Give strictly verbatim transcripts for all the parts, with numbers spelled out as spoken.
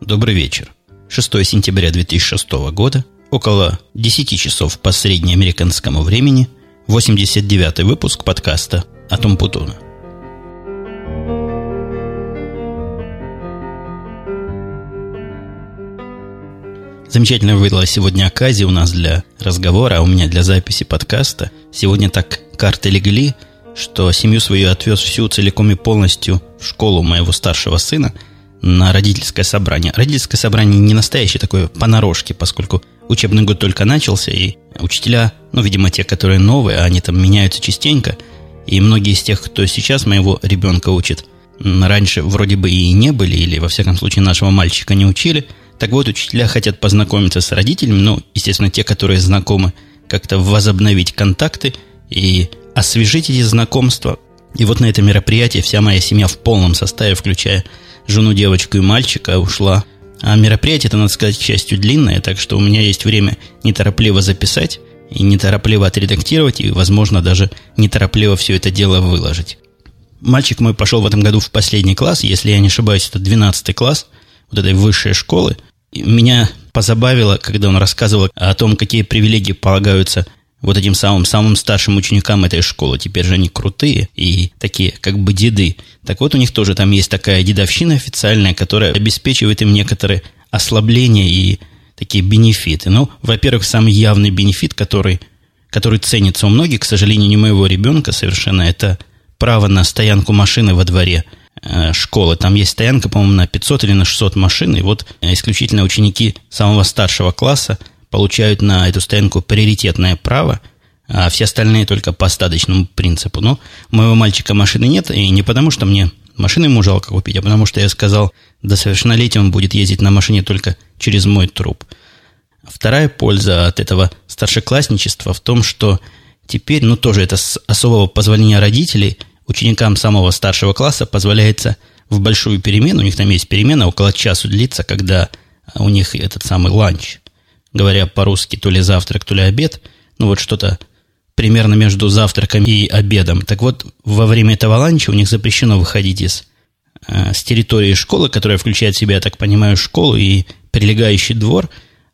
добрый вечер. шестое сентября две тысячи шестого года, около десяти часов по среднеамериканскому времени, восемьдесят девятый выпуск подкаста «Атом Путуна». Замечательно выдалась сегодня оказия у нас для разговора, а у меня для записи подкаста. Сегодня так карты легли, что семью свою отвез всю целиком и полностью в школу моего старшего сына на родительское собрание. Родительское собрание не настоящее, такое понарошке, поскольку учебный год только начался, и учителя, ну, видимо, те, которые новые, они там меняются частенько, и многие из тех, кто сейчас моего ребенка учит, раньше вроде бы и не были, или, во всяком случае, нашего мальчика не учили. Так вот, учителя хотят познакомиться с родителями, ну, естественно, те, которые знакомы, как-то возобновить контакты и освежить эти знакомства. И вот на это мероприятие вся моя семья в полном составе, включая жену, девочку и мальчика, ушла. А мероприятие-то, надо сказать, к счастью, длинное, так что у меня есть время неторопливо записать и неторопливо отредактировать, и, возможно, даже неторопливо все это дело выложить. Мальчик мой пошел в этом году в последний класс, если я не ошибаюсь, это двенадцатый класс вот этой высшей школы. И меня позабавило, когда он рассказывал о том, какие привилегии полагаются вот этим самым, самым старшим ученикам этой школы. Теперь же они крутые и такие, как бы деды. Так вот, у них тоже там есть такая дедовщина официальная, которая обеспечивает им некоторые ослабления и такие бенефиты. Ну, во-первых, самый явный бенефит, который, который ценится у многих, к сожалению, не моего ребенка совершенно, это право на стоянку машины во дворе э, школы. Там есть стоянка, по-моему, на пятьсот или на шестьсот машин, и вот э, исключительно ученики самого старшего класса получают на эту стоянку приоритетное право, а все остальные только по остаточному принципу. Но у моего мальчика машины нет, и не потому, что мне машину ему жалко купить, а потому что я сказал, до совершеннолетия он будет ездить на машине только через мой труп. Вторая польза от этого старшеклассничества в том, что теперь, ну тоже это с особого позволения родителей, ученикам самого старшего класса позволяется в большую перемену, у них там есть перемена, около часу длится, когда у них этот самый ланч, говоря по-русски, то ли завтрак, то ли обед, ну вот что-то примерно между завтраком и обедом. Так вот, во время этого ланча у них запрещено выходить из, э, с территории школы, которая включает в себя, я так понимаю, школу и прилегающий двор,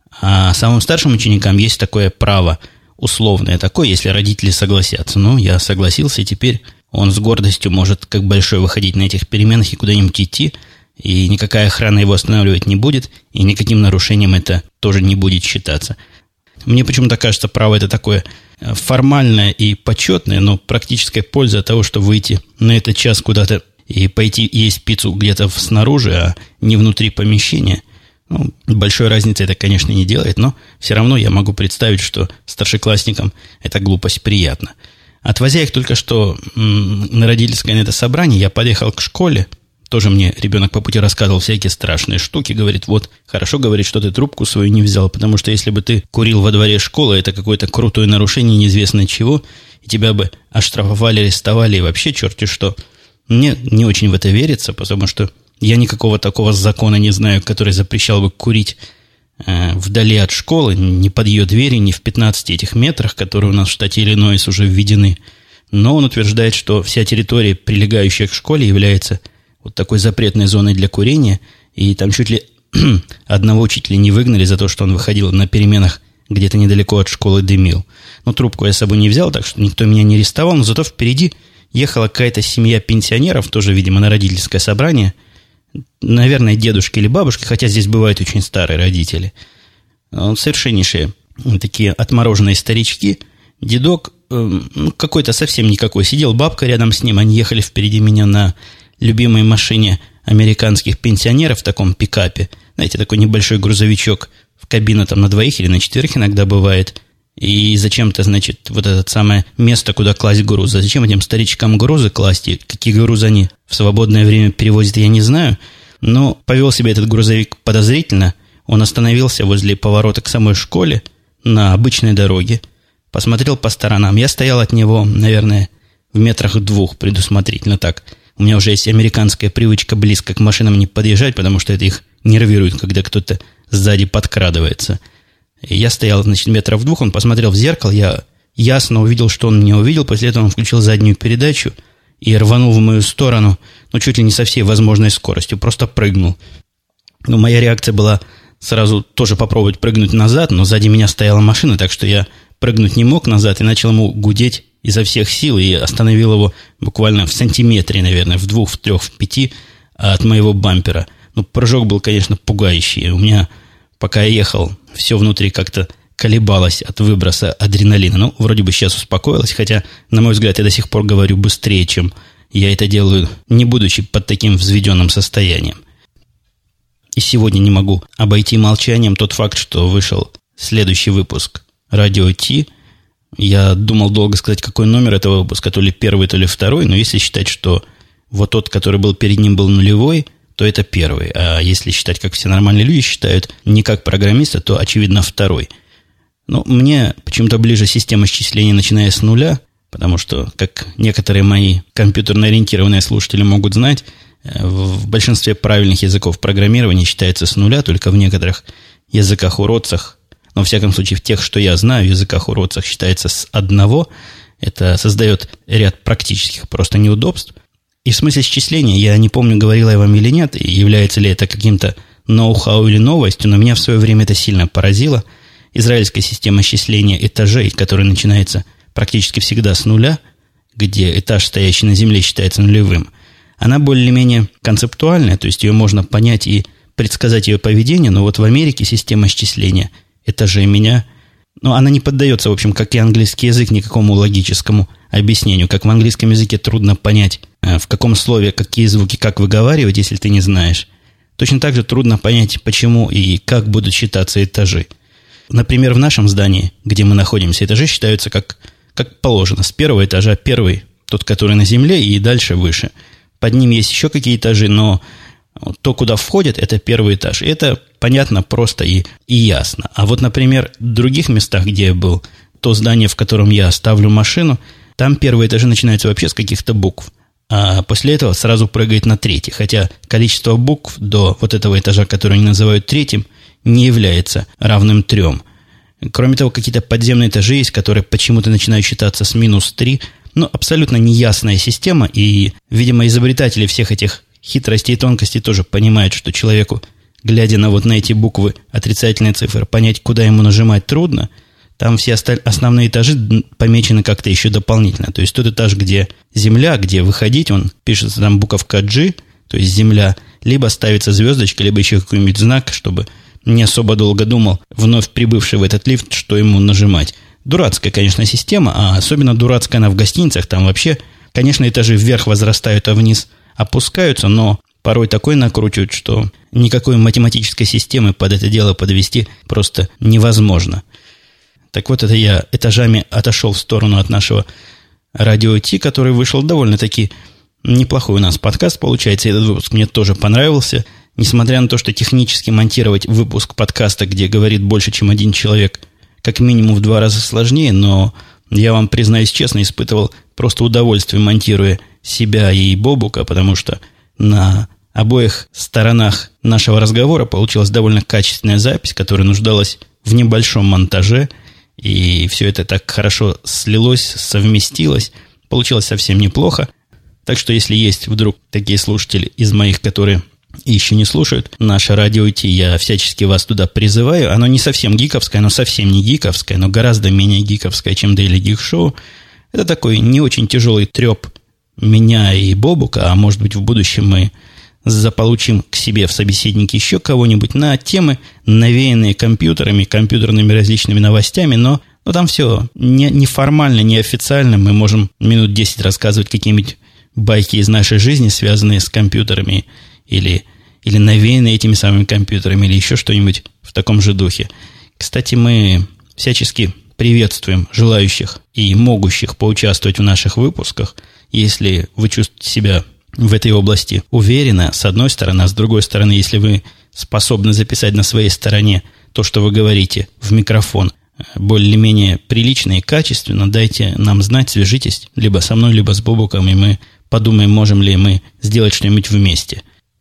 а самым старшим ученикам есть такое право, условное такое, если родители согласятся. Ну, я согласился, и теперь он с гордостью может как большой выходить на этих переменах и куда-нибудь идти, и никакая охрана его останавливать не будет, и никаким нарушением это тоже не будет считаться. Мне почему-то кажется, право это такое формальное и почетное, но практическая польза от того, чтобы выйти на этот час куда-то и пойти есть пиццу где-то снаружи, а не внутри помещения. Ну, большой разницы это, конечно, не делает, но все равно я могу представить, что старшеклассникам эта глупость приятна. Отвозя их только что на родительское на это собрание, я подъехал к школе. Тоже мне ребенок по пути рассказывал всякие страшные штуки. Говорит, вот, хорошо, говорит, что ты трубку свою не взял, потому что если бы ты курил во дворе школы, это какое-то крутое нарушение неизвестно чего, и тебя бы оштрафовали, арестовали и вообще черти что. Мне не очень в это верится, потому что я никакого такого закона не знаю, который запрещал бы курить э, вдали от школы, ни под ее двери, ни в пятнадцати этих метрах, которые у нас в штате Иллинойс уже введены. Но он утверждает, что вся территория, прилегающая к школе, является вот такой запретной зоной для курения, и там чуть ли одного учителя не выгнали за то, что он выходил на переменах где-то недалеко от школы дымил. Но трубку я с собой не взял, так что никто меня не арестовал, но зато впереди ехала какая-то семья пенсионеров, тоже, видимо, на родительское собрание, наверное, дедушки или бабушки, хотя здесь бывают очень старые родители. Совершеннейшие такие отмороженные старички. Дедок э, ну, какой-то совсем никакой сидел, бабка рядом с ним, они ехали впереди меня на любимой машине американских пенсионеров в таком пикапе. Знаете, такой небольшой грузовичок, в кабина там на двоих или на четверых иногда бывает. И зачем-то, значит, вот это самое место, куда класть грузы. Зачем этим старичкам грузы класть? И какие грузы они в свободное время перевозят, я не знаю. Но повел себя этот грузовик подозрительно. Он остановился возле поворота к самой школе на обычной дороге. Посмотрел по сторонам. Я стоял от него, наверное, в метрах двух предусмотрительно так. У меня уже есть американская привычка близко к машинам не подъезжать, потому что это их нервирует, когда кто-то сзади подкрадывается. И я стоял, значит, метров двух, он посмотрел в зеркало, я ясно увидел, что он меня увидел, после этого он включил заднюю передачу и рванул в мою сторону, ну, чуть ли не со всей возможной скоростью, просто прыгнул. Ну, моя реакция была сразу тоже попробовать прыгнуть назад, но сзади меня стояла машина, так что я прыгнуть не мог назад и начал ему гудеть изо всех сил и остановил его буквально в сантиметре, наверное, в двух, в трех, в пяти от моего бампера. Ну, прыжок был, конечно, пугающий. У меня, пока я ехал, все внутри как-то колебалось от выброса адреналина. Ну, вроде бы сейчас успокоилось, хотя, на мой взгляд, я до сих пор говорю быстрее, чем я это делаю, не будучи под таким взведенным состоянием. И сегодня не могу обойти молчанием тот факт, что вышел следующий выпуск «Радио Ти». Я думал долго сказать, какой номер этого выпуска, то ли первый, то ли второй, но если считать, что вот тот, который был перед ним, был нулевой, то это первый. А если считать, как все нормальные люди считают, не как программисты, то, очевидно, второй. Но мне почему-то ближе система счисления, начиная с нуля, потому что, как некоторые мои компьютерно ориентированные слушатели могут знать, в большинстве правильных языков программирования считается с нуля, только в некоторых языках-уродцах, но, во всяком случае, в тех, что я знаю, языках-уродцах считается с одного. Это создает ряд практических просто неудобств. И в смысле счисления, я не помню, говорил я вам или нет, и является ли это каким-то ноу-хау или новостью, но меня в свое время это сильно поразило. Израильская система счисления этажей, которая начинается практически всегда с нуля, где этаж, стоящий на земле, считается нулевым, она более-менее концептуальная, то есть ее можно понять и предсказать ее поведение, но вот в Америке система счисления этажей меня, ну, она не поддается, в общем, как и английский язык, никакому логическому объяснению. Как в английском языке трудно понять, в каком слове какие звуки, как выговаривать, если ты не знаешь. Точно так же трудно понять, почему и как будут считаться этажи. Например, в нашем здании, где мы находимся, этажи считаются как, как положено. С первого этажа первый, тот, который на земле, и дальше выше. Под ним есть еще какие этажи, но то, куда входит, это первый этаж. И это понятно, просто и, и ясно. А вот, например, в других местах, где я был, то здание, в котором я ставлю машину, там первые этажи начинаются вообще с каких-то букв. А после этого сразу прыгает на третий. Хотя количество букв до вот этого этажа, который они называют третьим, не является равным трем. Кроме того, какие-то подземные этажи есть, которые почему-то начинают считаться с минус три. Ну, абсолютно неясная система. И, видимо, изобретатели всех этих хитростей и тонкостей тоже понимают, что человеку, глядя на вот на эти буквы, отрицательные цифры, понять, куда ему нажимать, трудно. Там все осталь... основные этажи помечены как-то еще дополнительно. То есть тот этаж, где земля, где выходить, он пишется там буковка G, то есть земля, либо ставится звездочка, либо еще какой-нибудь знак, чтобы не особо долго думал вновь прибывший в этот лифт, что ему нажимать. Дурацкая, конечно, система, а особенно дурацкая она в гостиницах. Там вообще, конечно, этажи вверх возрастают, а вниз опускаются, но порой такой накручивают, что никакой математической системы под это дело подвести просто невозможно. Так вот, это я этажами отошел в сторону от нашего радио Ти, который вышел довольно-таки неплохой у нас подкаст, получается. Этот выпуск мне тоже понравился. Несмотря на то, что технически монтировать выпуск подкаста, где говорит больше, чем один человек, как минимум в два раза сложнее, но я вам, признаюсь честно, испытывал просто удовольствие, монтируя себя и Бобука, потому что на обоих сторонах нашего разговора получилась довольно качественная запись, которая нуждалась в небольшом монтаже, и все это так хорошо слилось, совместилось, получилось совсем неплохо. Так что, если есть вдруг такие слушатели из моих, которые еще не слушают наше радио Ти, я всячески вас туда призываю. Оно не совсем гиковское, оно совсем не гиковское, но гораздо менее гиковское, чем Daily Geek Show. Это такой не очень тяжелый треп меня и Бобука, а может быть в будущем мы заполучим к себе в собеседнике еще кого-нибудь на темы, навеянные компьютерами, компьютерными различными новостями, но, но там все не, неформально, неофициально. Мы можем минут десять рассказывать какие-нибудь байки из нашей жизни, связанные с компьютерами, или, или навеянные этими самыми компьютерами, или еще что-нибудь в таком же духе. Кстати, мы всячески приветствуем желающих и могущих поучаствовать в наших выпусках. Если вы чувствуете себя в этой области уверенно, с одной стороны, а с другой стороны, если вы способны записать на своей стороне то, что вы говорите в микрофон, более-менее прилично и качественно, дайте нам знать, свяжитесь либо со мной, либо с Бобуком, и мы подумаем, можем ли мы сделать что-нибудь вместе.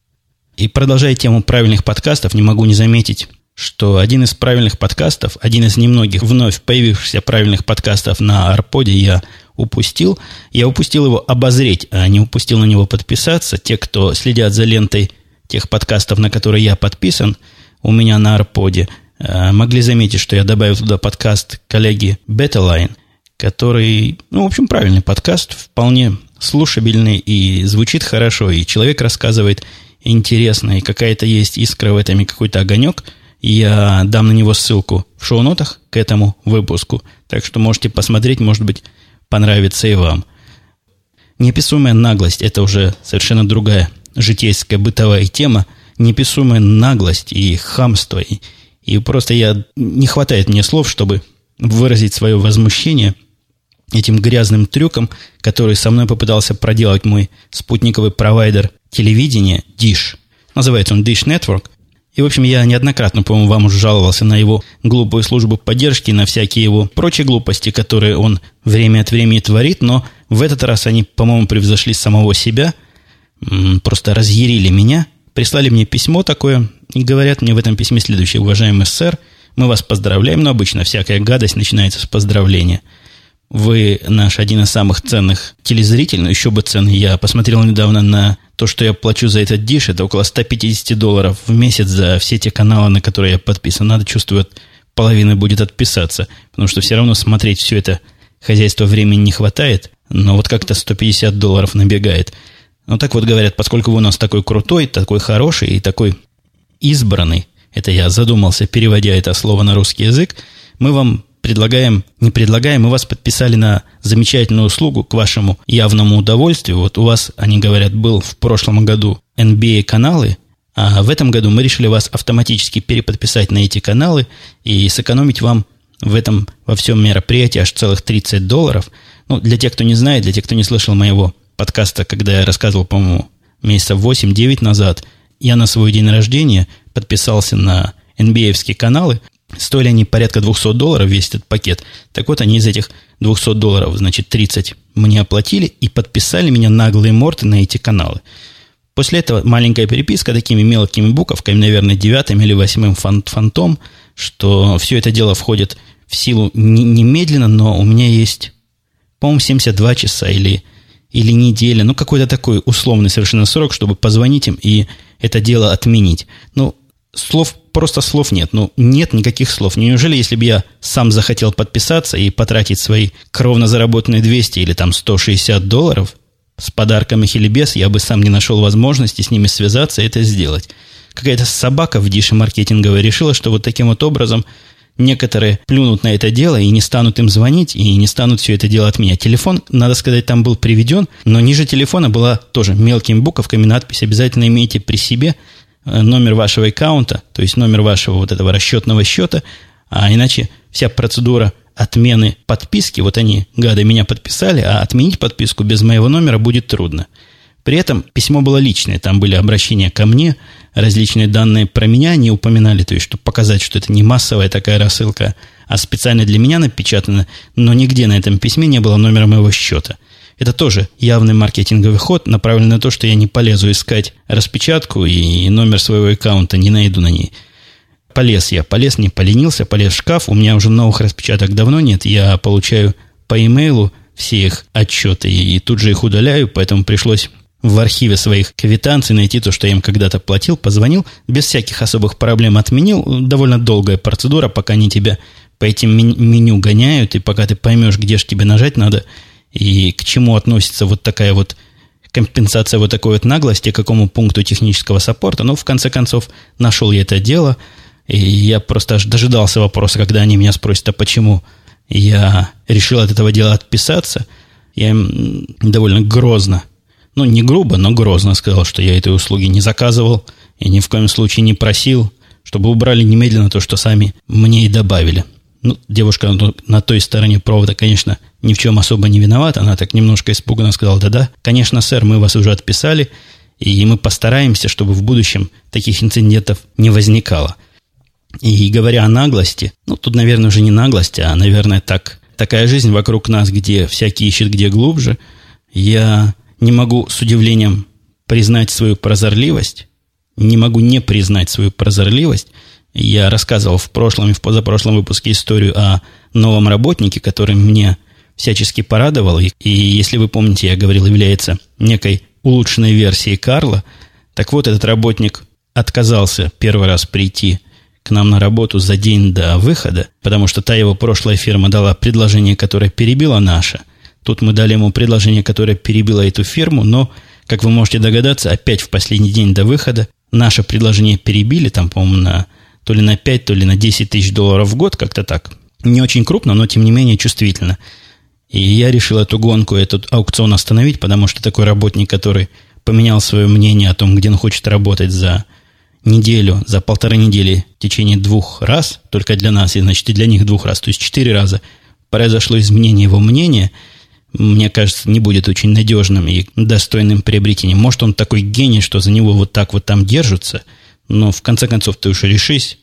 И продолжая тему правильных подкастов, не могу не заметить, что один из правильных подкастов, один из немногих вновь появившихся правильных подкастов на Арподе я упустил. Я упустил его обозреть, а не упустил на него подписаться. Те, кто следят за лентой тех подкастов, на которые я подписан, у меня на Арподе, могли заметить, что я добавил туда подкаст коллеги Betterline, который, ну, в общем, правильный подкаст, вполне слушабельный и звучит хорошо, и человек рассказывает интересно, и какая-то есть искра в этом, и какой-то огонек. Я дам на него ссылку в шоу-нотах к этому выпуску, так что можете посмотреть, может быть, понравится и вам. Неописуемая наглость – это уже совершенно другая житейская бытовая тема. Неописуемая наглость и хамство. И, и просто я, не хватает мне слов, чтобы выразить свое возмущение этим грязным трюком, который со мной попытался проделать мой спутниковый провайдер телевидения Dish. Называется он Dish Network. И, в общем, я неоднократно, по-моему, вам уже жаловался на его глупую службу поддержки, на всякие его прочие глупости, которые он время от времени творит, но в этот раз они, по-моему, превзошли самого себя, просто разъярили меня, прислали мне письмо такое и говорят мне в этом письме следующее: уважаемый сэр, мы вас поздравляем, но обычно всякая гадость начинается с поздравления. Вы наш один из самых ценных телезрителей, но еще бы ценный. Я посмотрел недавно на то, что я плачу за этот Dish. Это около сто пятьдесят долларов в месяц за все те каналы, на которые я подписан. Надо, чувствую, от половины будет отписаться, потому что все равно смотреть все это хозяйство времени не хватает, но вот как-то сто пятьдесят долларов набегает. Ну, так вот говорят, поскольку вы у нас такой крутой, такой хороший и такой избранный, это я задумался, переводя это слово на русский язык, мы вам предлагаем, не предлагаем, мы вас подписали на замечательную услугу к вашему явному удовольствию. Вот у вас, они говорят, был в прошлом году эн би эй-каналы, а в этом году мы решили вас автоматически переподписать на эти каналы и сэкономить вам в этом, во всем мероприятии аж целых тридцать долларов. Ну, для тех, кто не знает, для тех, кто не слышал моего подкаста, когда я рассказывал, по-моему, месяца восемь-девять назад, я на свой день рождения подписался на эн би эй-евские каналы. Стоили они порядка двести долларов, весь этот пакет. Так вот, они из этих двухсот долларов, значит, тридцать мне оплатили и подписали меня наглые морды на эти каналы. После этого маленькая переписка такими мелкими буковками, наверное, девятым или восьмым фонтом, что все это дело входит в силу немедленно, но у меня есть, по-моему, семьдесят два часа или, или неделя, ну, какой-то такой условный совершенно срок, чтобы позвонить им и это дело отменить. Ну, слов, просто слов нет. Ну, нет никаких слов. Неужели, если бы я сам захотел подписаться и потратить свои кровно заработанные двести или там сто шестьдесят долларов с подарками или без, я бы сам не нашел возможности с ними связаться и это сделать. Какая-то собака в дише маркетинговой решила, что вот таким вот образом некоторые плюнут на это дело и не станут им звонить, и не станут все это дело отменять. Телефон, надо сказать, там был приведен, но ниже телефона была тоже мелкими буковками надпись: обязательно имейте при себе номер вашего аккаунта, то есть номер вашего вот этого расчетного счета, а иначе вся процедура отмены подписки, вот они, гады, меня подписали, а отменить подписку без моего номера будет трудно. При этом письмо было личное, там были обращения ко мне, различные данные про меня они упоминали, то есть, чтобы показать, что это не массовая такая рассылка, а специально для меня напечатано, но нигде на этом письме не было номера моего счета. Это тоже явный маркетинговый ход, направленный на то, что я не полезу искать распечатку и номер своего аккаунта не найду на ней. Полез я, полез, не поленился, полез в шкаф. У меня уже новых распечаток давно нет. Я получаю по имейлу все их отчеты и тут же их удаляю, поэтому пришлось в архиве своих квитанций найти то, что я им когда-то платил. Позвонил, без всяких особых проблем отменил. Довольно долгая процедура, пока они тебя по этим меню гоняют, и пока ты поймешь, где же тебе нажать надо, и к чему относится вот такая вот компенсация вот такой вот наглости, к какому пункту технического саппорта. Но в конце концов нашел я это дело, и я просто аж дожидался вопроса, когда они меня спросят, а почему я решил от этого дела отписаться. Я им довольно грозно, ну не грубо, но грозно сказал, что я этой услуги не заказывал и ни в коем случае не просил, чтобы убрали немедленно то, что сами мне и добавили. Ну, девушка на той стороне провода, конечно, ни в чем особо не виновата. Она так немножко испуганно сказала: да-да, конечно, сэр, мы вас уже отписали, и мы постараемся, чтобы в будущем таких инцидентов не возникало. И говоря о наглости, ну, тут, наверное, уже не наглость, а, наверное, так, такая жизнь вокруг нас, где всякий ищет где глубже, я не могу с удивлением признать свою прозорливость, не могу не признать свою прозорливость. Я рассказывал в прошлом и в позапрошлом выпуске историю о новом работнике, который мне всячески порадовал. И, и если вы помните, я говорил, является некой улучшенной версией Карла. Так вот, этот работник отказался первый раз прийти к нам на работу за день до выхода, потому что та его прошлая фирма дала предложение, которое перебило наше. Тут мы дали ему предложение, которое перебило эту фирму, но, как вы можете догадаться, опять в последний день до выхода наше предложение перебили, там, по-моему, на, то ли на пять, то ли на десять тысяч долларов в год, как-то так. Не очень крупно, но, тем не менее, чувствительно. И я решил эту гонку, этот аукцион остановить, потому что такой работник, который поменял свое мнение о том, где он хочет работать за неделю, за полторы недели в течение двух раз, только для нас, и, значит, и для них двух раз, то есть четыре раза произошло изменение его мнения, мне кажется, не будет очень надежным и достойным приобретением. Может, он такой гений, что за него вот так вот там держатся, но в конце концов ты уж решись,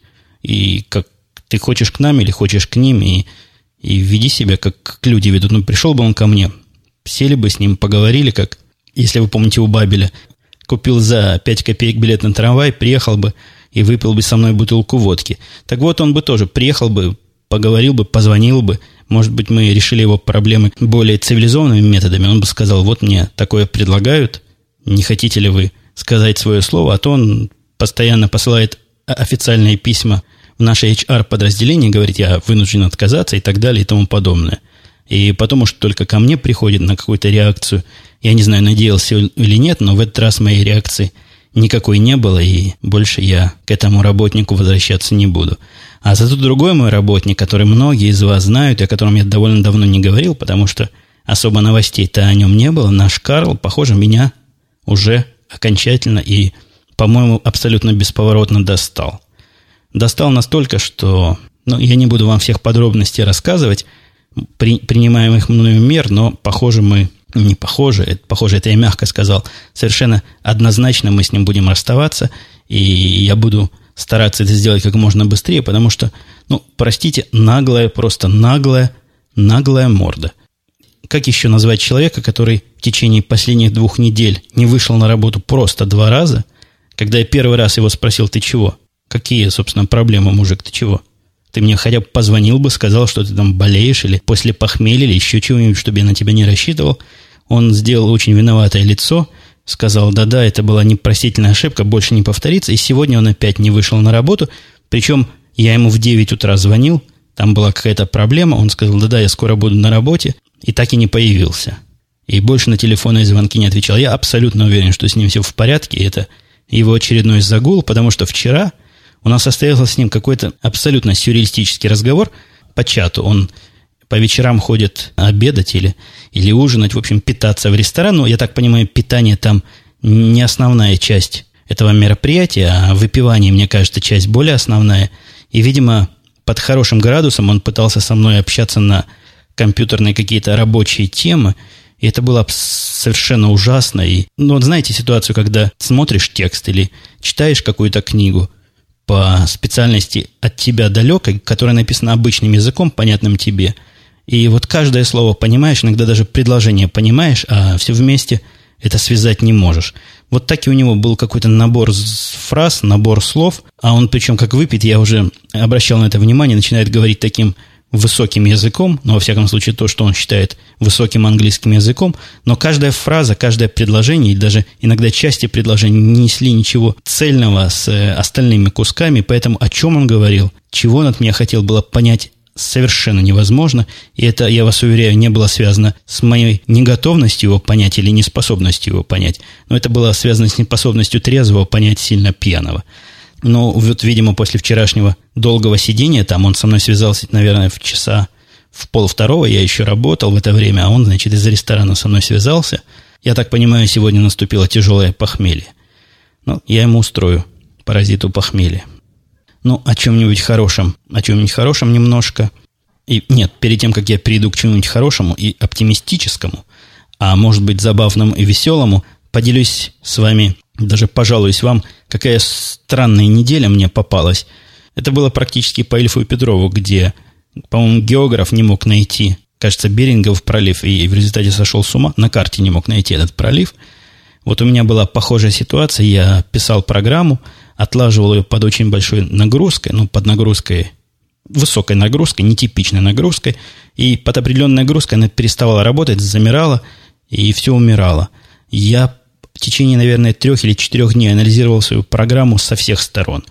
и как ты хочешь к нам или хочешь к ним, и, и веди себя, как, как люди ведут. Ну, пришел бы он ко мне, сели бы с ним, поговорили, как, если вы помните, у Бабеля, купил за пять копеек билет на трамвай, приехал бы и выпил бы со мной бутылку водки. Так вот, он бы тоже приехал бы, поговорил бы, позвонил бы. Может быть, мы решили его проблемы более цивилизованными методами. Он бы сказал, вот мне такое предлагают, не хотите ли вы сказать свое слово? А то он постоянно посылает официальные письма в наше эйч ар-подразделение, говорит, я вынужден отказаться и так далее и тому подобное. И потом уж только ко мне приходит на какую-то реакцию. Я не знаю, надеялся или нет, но в этот раз моей реакции никакой не было, и больше я к этому работнику возвращаться не буду. А зато другой мой работник, который многие из вас знают, и о котором я довольно давно не говорил, потому что особо новостей-то о нем не было, наш Карл, похоже, меня уже окончательно и, по-моему, абсолютно бесповоротно достал. Достал настолько, что... Ну, я не буду вам всех подробностей рассказывать, при, принимаемых мною мер, но, похоже, мы... Не похоже, это, похоже, это я мягко сказал. Совершенно однозначно мы с ним будем расставаться, и я буду стараться это сделать как можно быстрее, потому что, ну, простите, наглая, просто наглая, наглая морда. Как еще назвать человека, который в течение последних двух недель не вышел на работу просто два раза, когда я первый раз его спросил, ты чего? Какие, собственно, проблемы, мужик, ты чего? Ты мне хотя бы позвонил бы, сказал, что ты там болеешь, или после похмелья, или еще чего-нибудь, чтобы я на тебя не рассчитывал. Он сделал очень виноватое лицо, сказал, да-да, это была непростительная ошибка, больше не повторится. И сегодня он опять не вышел на работу, причем я ему в девять утра звонил, там была какая-то проблема, он сказал, да-да, я скоро буду на работе, и так и не появился. И больше на телефонные звонки не отвечал. Я абсолютно уверен, что с ним все в порядке, и это его очередной загул, потому что вчера... У нас состоялся с ним какой-то абсолютно сюрреалистический разговор по чату. Он по вечерам ходит обедать или, или ужинать, в общем, питаться в ресторан. Но, я так понимаю, питание там не основная часть этого мероприятия, а выпивание, мне кажется, часть более основная. И, видимо, под хорошим градусом он пытался со мной общаться на компьютерные какие-то рабочие темы. И это было совершенно ужасно. И, ну, вот знаете ситуацию, когда смотришь текст или читаешь какую-то книгу, по специальности от тебя далекой, которая написана обычным языком, понятным тебе. И вот каждое слово понимаешь, иногда даже предложение понимаешь, а все вместе это связать не можешь. Вот так и у него был какой-то набор фраз, набор слов, а он, причем как выпит, я уже обращал на это внимание, начинает говорить таким высоким языком, но во всяком случае то, что он считает высоким английским языком, но каждая фраза, каждое предложение, и даже иногда части предложений не несли ничего цельного с остальными кусками, поэтому о чем он говорил, чего он от меня хотел, было понять совершенно невозможно, и это, я вас уверяю, не было связано с моей неготовностью его понять или неспособностью его понять, но это было связано с неспособностью трезвого понять сильно пьяного. Но вот, видимо, после вчерашнего долгого сидения там он со мной связался, наверное, в часа в полвторого. Я еще работал в это время, а он, значит, из ресторана со мной связался. Я так понимаю, сегодня наступило тяжелое похмелье. Ну, я ему устрою, паразиту похмелья. Ну, о чем-нибудь хорошем, о чем-нибудь хорошем немножко. И нет, перед тем, как я перейду к чему-нибудь хорошему и оптимистическому, а может быть забавному и веселому, поделюсь с вами, даже пожалуюсь вам, какая странная неделя мне попалась. Это было практически по Ильфу и Петрову, где, по-моему, географ не мог найти, кажется, Берингов пролив, и в результате сошел с ума, на карте не мог найти этот пролив. Вот у меня была похожая ситуация, я писал программу, отлаживал ее под очень большой нагрузкой, ну, под нагрузкой, высокой нагрузкой, нетипичной нагрузкой, и под определенной нагрузкой она переставала работать, замирала, и все умирало. Я течение, наверное, трех или четырех дней анализировал свою программу со всех сторон.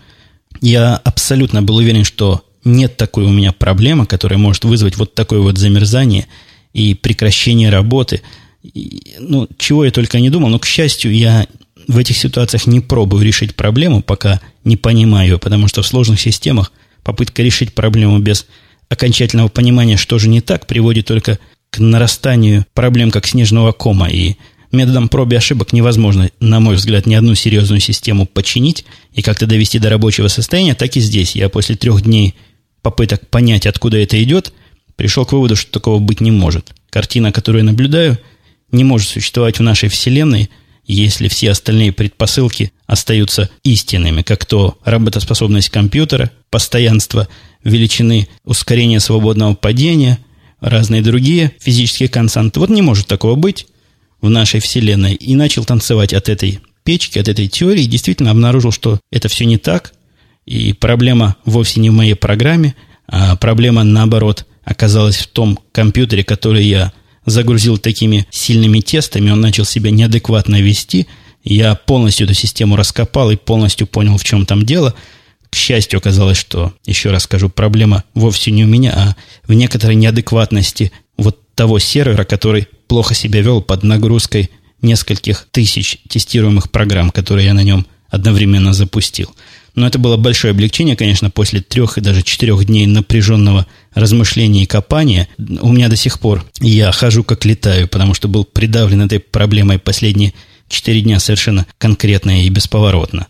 Я абсолютно был уверен, что нет такой у меня проблемы, которая может вызвать вот такое вот замерзание и прекращение работы. И, ну, чего я только не думал, но, к счастью, я в этих ситуациях не пробую решить проблему, пока не понимаю ее, потому что в сложных системах попытка решить проблему без окончательного понимания, что же не так, приводит только к нарастанию проблем, как снежного кома. И методом проб и ошибок невозможно, на мой взгляд, ни одну серьезную систему починить и как-то довести до рабочего состояния, так и здесь. Я после трех дней попыток понять, откуда это идет, пришел к выводу, что такого быть не может. Картина, которую я наблюдаю, не может существовать в нашей Вселенной, если все остальные предпосылки остаются истинными, как то работоспособность компьютера, постоянство величины ускорения свободного падения, разные другие физические константы. Вот не может такого быть в нашей Вселенной. И начал танцевать от этой печки, от этой теории, и действительно обнаружил, что это все не так, и проблема вовсе не в моей программе, а проблема, наоборот, оказалась в том компьютере, который я загрузил такими сильными тестами, он начал себя неадекватно вести. Я полностью эту систему раскопал и полностью понял, в чем там дело. К счастью, оказалось, что, еще раз скажу, проблема вовсе не у меня, а в некоторой неадекватности вот того сервера, который плохо себя вел под нагрузкой нескольких тысяч тестируемых программ, которые я на нем одновременно запустил. Но это было большое облегчение, конечно, после трех и даже четырех дней напряженного размышления и копания. У меня до сих пор я хожу как летаю, потому что был придавлен этой проблемой последние четыре дня совершенно конкретно и бесповоротно.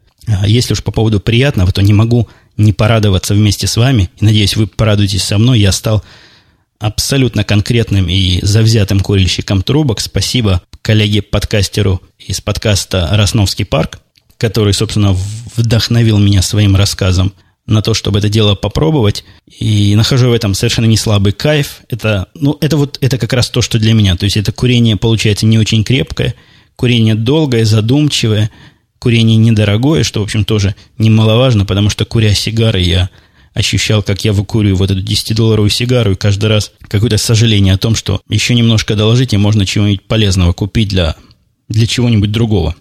А если уж по поводу приятного, то не могу не порадоваться вместе с вами, и надеюсь, вы порадуетесь со мной. Я стал абсолютно конкретным и завзятым курильщиком трубок. Спасибо коллеге-подкастеру из подкаста «Росновский парк», который, собственно, вдохновил меня своим рассказом на то, чтобы это дело попробовать. И нахожу в этом совершенно не слабый кайф. Это, ну, это вот это как раз то, что для меня. То есть это курение получается не очень крепкое, курение долгое, задумчивое, курение недорогое, что, в общем, тоже немаловажно, потому что, куря сигары, я ощущал, как я выкуриваю вот эту десятидолларовую сигару, и каждый раз какое-то сожаление о том, что еще немножко доложить, и можно чего-нибудь полезного купить для, для чего-нибудь другого.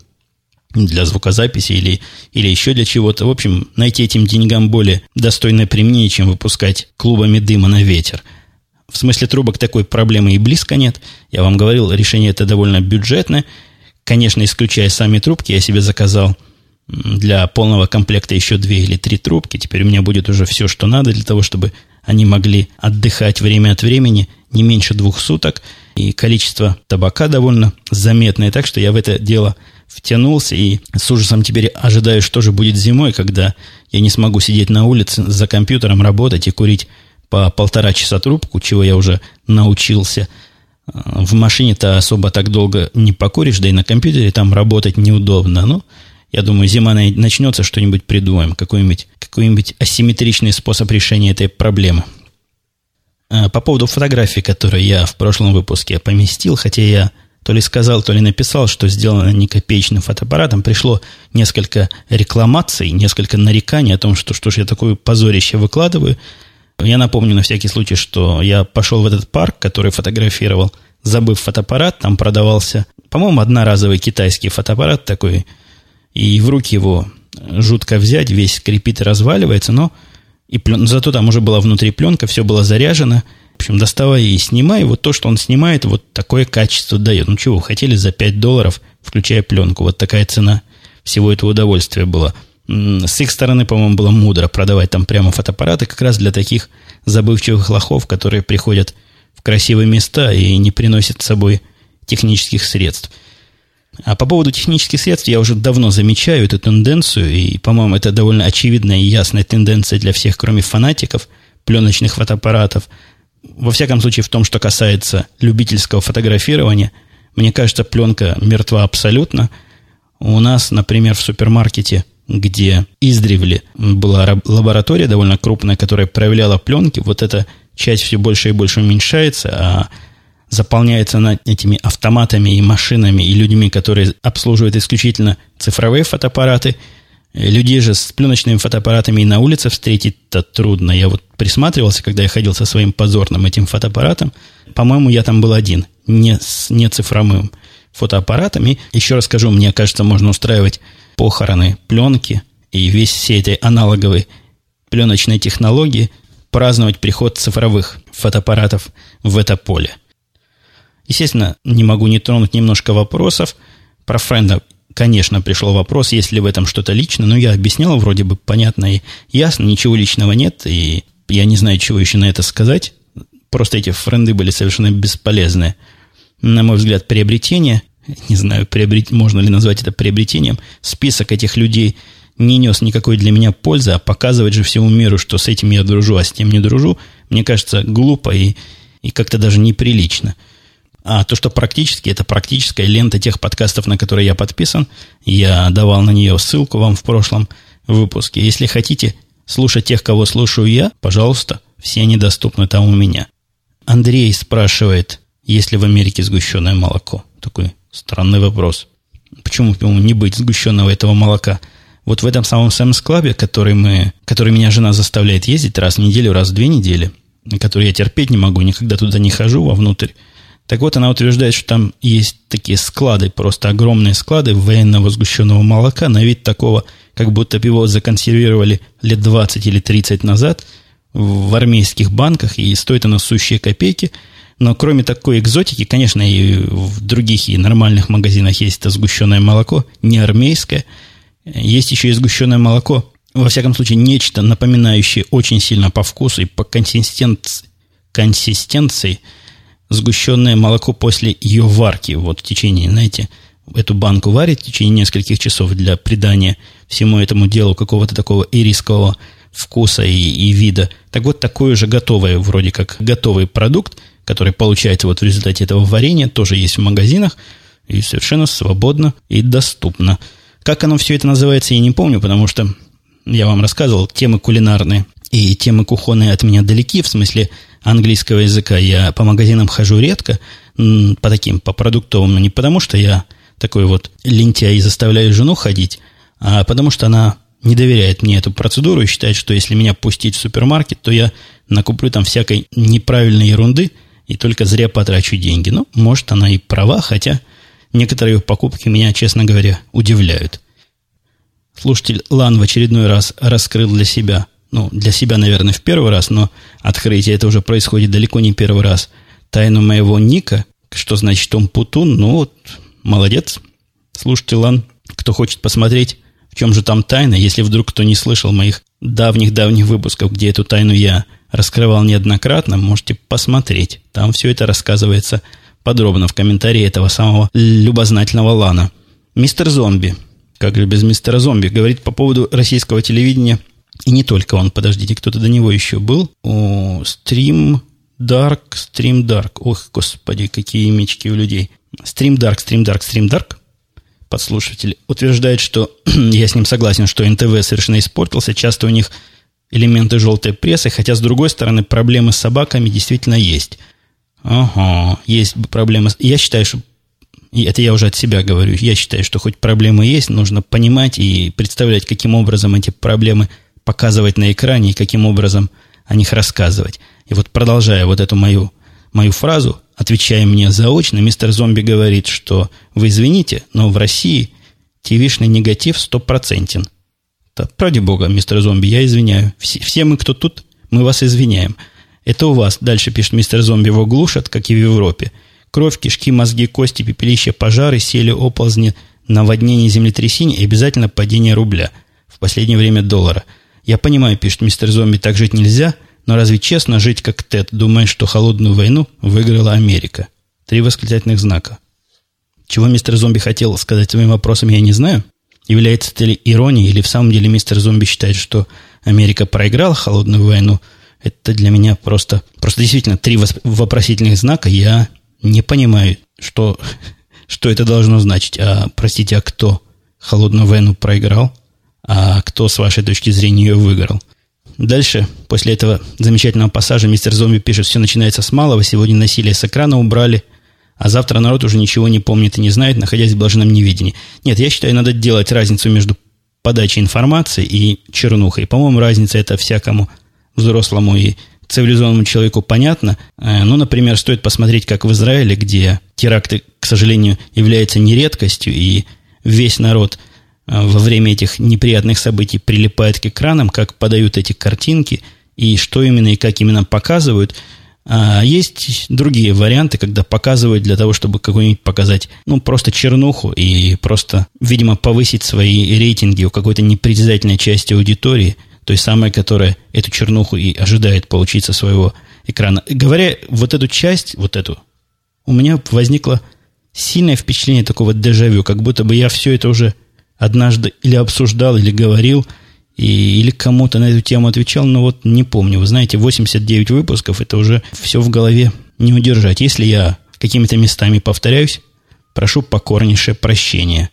Для звукозаписи или, или еще для чего-то. В общем, найти этим деньгам более достойное применение, чем выпускать клубами дыма на ветер. В смысле трубок такой проблемы и близко нет. Я вам говорил, решение это довольно бюджетное. Конечно, исключая сами трубки, я себе заказал для полного комплекта еще две или три трубки. Теперь у меня будет уже все, что надо для того, чтобы они могли отдыхать время от времени не меньше двух суток. И количество табака довольно заметное. Так что я в это дело втянулся и с ужасом теперь ожидаю, что же будет зимой, когда я не смогу сидеть на улице за компьютером, работать и курить по полтора часа трубку, чего я уже научился. В машине-то особо так долго не покуришь, да и на компьютере там работать неудобно. Ну, я думаю, зима начнется, что-нибудь придумаем, какой-нибудь, какой-нибудь асимметричный способ решения этой проблемы. По поводу фотографий, которые я в прошлом выпуске поместил, хотя я то ли сказал, то ли написал, что сделано не копеечным фотоаппаратом, пришло несколько рекламаций, несколько нареканий о том, что что ж я такое позорище выкладываю. Я напомню на всякий случай, что я пошел в этот парк, который фотографировал, забыв фотоаппарат, там продавался, по-моему, одноразовый китайский фотоаппарат такой, и в руки его жутко взять, весь скрипит и разваливается, но и плен... зато там уже была внутри пленка, все было заряжено. В общем, доставай и снимай. Вот то, что он снимает, вот такое качество дает. Ну, чего, хотели за пять долларов, включая пленку. Вот такая цена всего этого удовольствия была. С их стороны, по-моему, было мудро продавать там прямо фотоаппараты как раз для таких забывчивых лохов, которые приходят в красивые места и не приносят с собой технических средств. А по поводу технических средств я уже давно замечаю эту тенденцию, и, по-моему, это довольно очевидная и ясная тенденция для всех, кроме фанатиков пленочных фотоаппаратов. Во всяком случае, в том, что касается любительского фотографирования, мне кажется, пленка мертва абсолютно. У нас, например, в супермаркете, где издревле была лаборатория довольно крупная, которая проявляла пленки, вот эта часть все больше и больше уменьшается, а заполняется она этими автоматами и машинами, и людьми, которые обслуживают исключительно цифровые фотоаппараты. Людей же с пленочными фотоаппаратами и на улице встретить-то трудно. Я вот присматривался, когда я ходил со своим позорным этим фотоаппаратом. По-моему, я там был один, не, с, не цифровым. фотоаппаратами. Еще раз скажу, мне кажется, можно устраивать похороны пленки и весь всей этой аналоговой пленочной технологии, праздновать приход цифровых фотоаппаратов в это поле. Естественно, не могу не тронуть немножко вопросов. Про френда, конечно, пришел вопрос, есть ли в этом что-то личное, но я объяснял, вроде бы понятно и ясно, ничего личного нет, и я не знаю, чего еще на это сказать. Просто эти френды были совершенно бесполезные. На мой взгляд, приобретение, не знаю, приобрет... можно ли назвать это приобретением, список этих людей не нес никакой для меня пользы, а показывать же всему миру, что с этим я дружу, а с тем не дружу, мне кажется, глупо и, и как-то даже неприлично. А то, что практически, это практическая лента тех подкастов, на которые я подписан. Я давал на нее ссылку вам в прошлом выпуске. Если хотите слушать тех, кого слушаю я, пожалуйста, все они доступны там у меня. Андрей спрашивает, есть ли в Америке сгущенное молоко? Такой странный вопрос. Почему ему не быть сгущенного этого молока? Вот в этом самом Sam's Club, который, мы, который меня жена заставляет ездить раз в неделю, раз в две недели, который я терпеть не могу, никогда туда не хожу вовнутрь. Так вот, она утверждает, что там есть такие склады, просто огромные склады военного сгущенного молока, на вид такого, как будто его законсервировали лет двадцать или тридцать назад в армейских банках, и стоит оно сущие копейки. Но кроме такой экзотики, конечно, и в других и нормальных магазинах есть это сгущенное молоко, не армейское. Есть еще и сгущенное молоко, во всяком случае, нечто напоминающее очень сильно по вкусу и по консистенции, консистенции сгущенное молоко после ее варки. Вот в течение, знаете, эту банку варить в течение нескольких часов для придания всему этому делу какого-то такого ирискового вкуса и, и вида. Так вот, такой же готовый, вроде как готовый продукт, который получается вот в результате этого варенья, тоже есть в магазинах и совершенно свободно и доступно. Как оно все это называется, я не помню, потому что я вам рассказывал, темы кулинарные и темы кухонные от меня далеки, в смысле английского языка. Я по магазинам хожу редко, по таким, по продуктовым, но не потому, что я такой вот лентяй и заставляю жену ходить, а потому что она не доверяет мне эту процедуру и считает, что если меня пустить в супермаркет, то я накуплю там всякой неправильной ерунды и только зря потрачу деньги. Ну, может, она и права, хотя некоторые покупки меня, честно говоря, удивляют. Слушатель Лан в очередной раз раскрыл для себя, ну, для себя, наверное, в первый раз, но открытие это уже происходит далеко не первый раз, тайну моего ника. Что значит Том Путун? Ну, вот, молодец. Слушатель Лан, кто хочет посмотреть, в чем же там тайна, если вдруг кто не слышал моих давних-давних выпусков, где эту тайну я раскрывал неоднократно, можете посмотреть. Там все это рассказывается подробно в комментарии этого самого любознательного Лана. Мистер Зомби, как же без мистера Зомби, говорит по поводу российского телевидения, и не только он, подождите, кто-то до него еще был. О, Stream Dark, Stream Dark. Ох, господи, какие имечки у людей. Stream Dark, Stream Dark, Stream Dark. Подслушиватель утверждает, что я с ним согласен, что эн тэ вэ совершенно испортился. Часто у них элементы желтой прессы, хотя, с другой стороны, проблемы с собаками действительно есть. Ага, есть проблемы. Я считаю, что... И это я уже от себя говорю. Я считаю, что хоть проблемы есть, нужно понимать и представлять, каким образом эти проблемы показывать на экране и каким образом о них рассказывать. И вот, продолжая вот эту мою, мою фразу, отвечая мне заочно, мистер Зомби говорит, что вы извините, но в России ТВшный негатив стопроцентен. Да, ради бога, мистер Зомби, я извиняю. Все, все мы, кто тут, мы вас извиняем. Это у вас, дальше пишет мистер Зомби, его глушат, как и в Европе. Кровь, кишки, мозги, кости, пепелища, пожары, сели, оползни, наводнение, землетрясение и обязательно падение рубля. В последнее время доллара. Я понимаю, пишет мистер Зомби, так жить нельзя, но разве честно жить как Тед, думая, что холодную войну выиграла Америка? Три восклицательных знака. Чего мистер Зомби хотел сказать своим вопросом, я не знаю. Является это ли иронией, или в самом деле мистер Зомби считает, что Америка проиграла холодную войну? Это для меня просто... Просто действительно три вопросительных знака. Я не понимаю, что, что это должно значить. А, простите, а кто холодную войну проиграл? А кто, с вашей точки зрения, ее выиграл? Дальше, после этого замечательного пассажа, мистер Зомби пишет, все начинается с малого, сегодня насилие с экрана убрали, а завтра народ уже ничего не помнит и не знает, находясь в блаженном неведении. Нет, я считаю, надо делать разницу между подачей информации и чернухой. По-моему, разница это всякому взрослому и цивилизованному человеку понятно. Ну, например, стоит посмотреть, как в Израиле, где теракты, к сожалению, являются не редкостью, и весь народ во время этих неприятных событий прилипает к экранам, как подают эти картинки, и что именно и как именно показывают. А есть другие варианты, когда показывают для того, чтобы какую-нибудь показать, ну, просто чернуху и просто, видимо, повысить свои рейтинги у какой-то непритязательной части аудитории, той самой, которая эту чернуху и ожидает получить со своего экрана. Говоря вот эту часть, вот эту, у меня возникло сильное впечатление такого дежавю, как будто бы я все это уже однажды или обсуждал, или говорил, и, или кому-то на эту тему отвечал, но вот не помню. Вы знаете, восемьдесят девять выпусков, это уже все в голове не удержать. Если я какими-то местами повторяюсь, прошу покорнейшее прощения.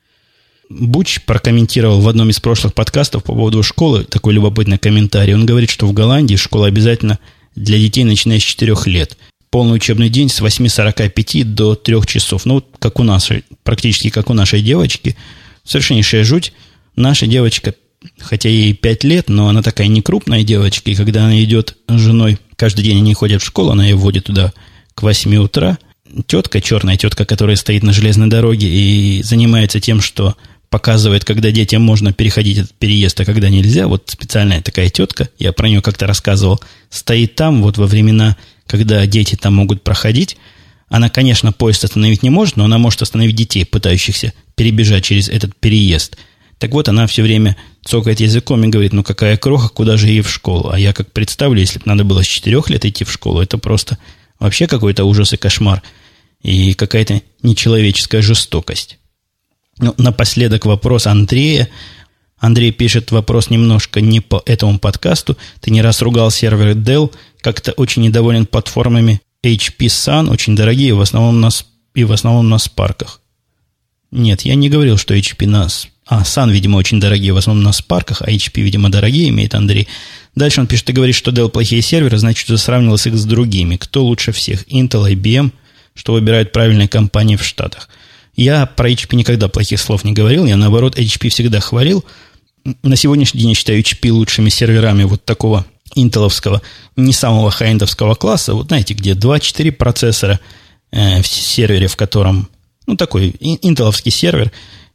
Буч прокомментировал в одном из прошлых подкастов по поводу школы такой любопытный комментарий. Он говорит, что в Голландии школа обязательно для детей, начиная с четырёх лет. Полный учебный день с восьми сорока пяти до трёх часов. Ну, вот как у нашей, практически как у нашей девочки. Совершеннейшая жуть. Наша девочка, хотя ей пять лет, но она такая не крупная девочка, и когда она идет с женой, каждый день они ходят в школу, она ее водит туда к восьми утра. Тетка, черная тетка, которая стоит на железной дороге и занимается тем, что показывает, когда детям можно переходить этот переезд, а когда нельзя. Вот специальная такая тетка, я про нее как-то рассказывал, стоит там вот во времена, когда дети там могут проходить. Она, конечно, поезд остановить не может, но она может остановить детей, пытающихся перебежать через этот переезд. Так вот, она все время цокает языком и говорит, ну какая кроха, куда же ей в школу? А я как представлю, если бы надо было с четырех лет идти в школу, это просто вообще какой-то ужас и кошмар. И какая-то нечеловеческая жестокость. Ну, напоследок вопрос Андрея. Андрей пишет вопрос немножко не по этому подкасту. Ты не раз ругал серверы Dell, как-то очень недоволен платформами эйч пи Sun, очень дорогие, в основном на, и в основном на спарках. Нет, я не говорил, что эйч пи на... А, Sun, видимо, очень дорогие, в основном на спарках, а эйч пи, видимо, дорогие, имеет Андрей. Дальше он пишет, ты говоришь, что Dell плохие серверы, значит, ты сравнивал их с другими. Кто лучше всех? Intel, ай би эм, что выбирают правильные компании в Штатах. Я про эйч пи никогда плохих слов не говорил, я, наоборот, эйч пи всегда хвалил. На сегодняшний день я считаю эйч пи лучшими серверами вот такого интеловского, не самого хай-эндовского класса. Вот знаете, где два-четыре процессора э, в сервере, в котором, ну, такой интеловский сервер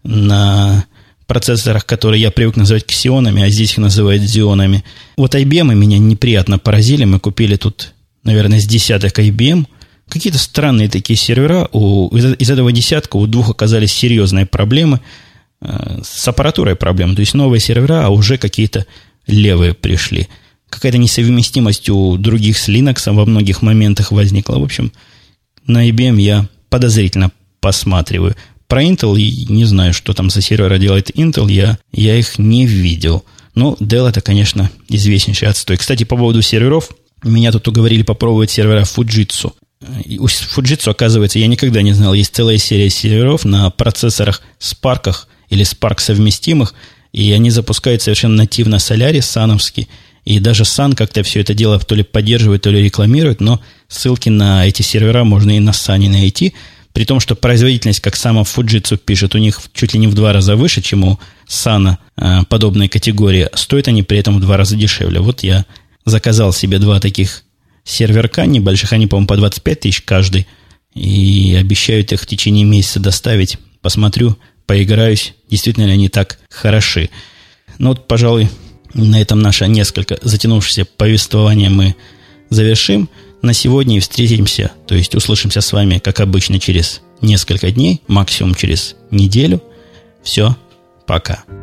на процессорах, которые я привык называть ксионами, а здесь их называют зионами. Вот ай би эм меня неприятно поразили. Мы купили тут, наверное, с десяток ай би эм. Какие-то странные такие сервера. У, из, из этого десятка у двух оказались серьезные проблемы. Э, с аппаратурой проблемы. То есть новые сервера, а уже какие-то левые пришли. Какая-то несовместимость у других с Linux во многих моментах возникла. В общем, на ай би эм я подозрительно посматриваю. Про Intel не знаю, что там за сервера делает Intel, я, я их не видел. Но Dell это, конечно, известнейший отстой. Кстати, по поводу серверов, меня тут уговорили попробовать сервера Fujitsu. У Fujitsu, оказывается, я никогда не знал, есть целая серия серверов на процессорах Spark или Spark совместимых, и они запускают совершенно нативно Solaris, сановский, и даже Sun как-то все это дело то ли поддерживает, то ли рекламирует, но ссылки на эти сервера можно и на Sun найти. При том, что производительность, как сама Fujitsu пишет, у них чуть ли не в два раза выше, чем у Sun э, подобной категории. Стоят они при этом в два раза дешевле. Вот я заказал себе два таких серверка небольших. Они, по-моему, по двадцать пять тысяч каждый. И обещают их в течение месяца доставить. Посмотрю, поиграюсь, действительно ли они так хороши. Ну вот, пожалуй, на этом наше несколько затянувшееся повествование мы завершим. На сегодня и встретимся, то есть услышимся с вами, как обычно, через несколько дней, максимум через неделю. Все, пока.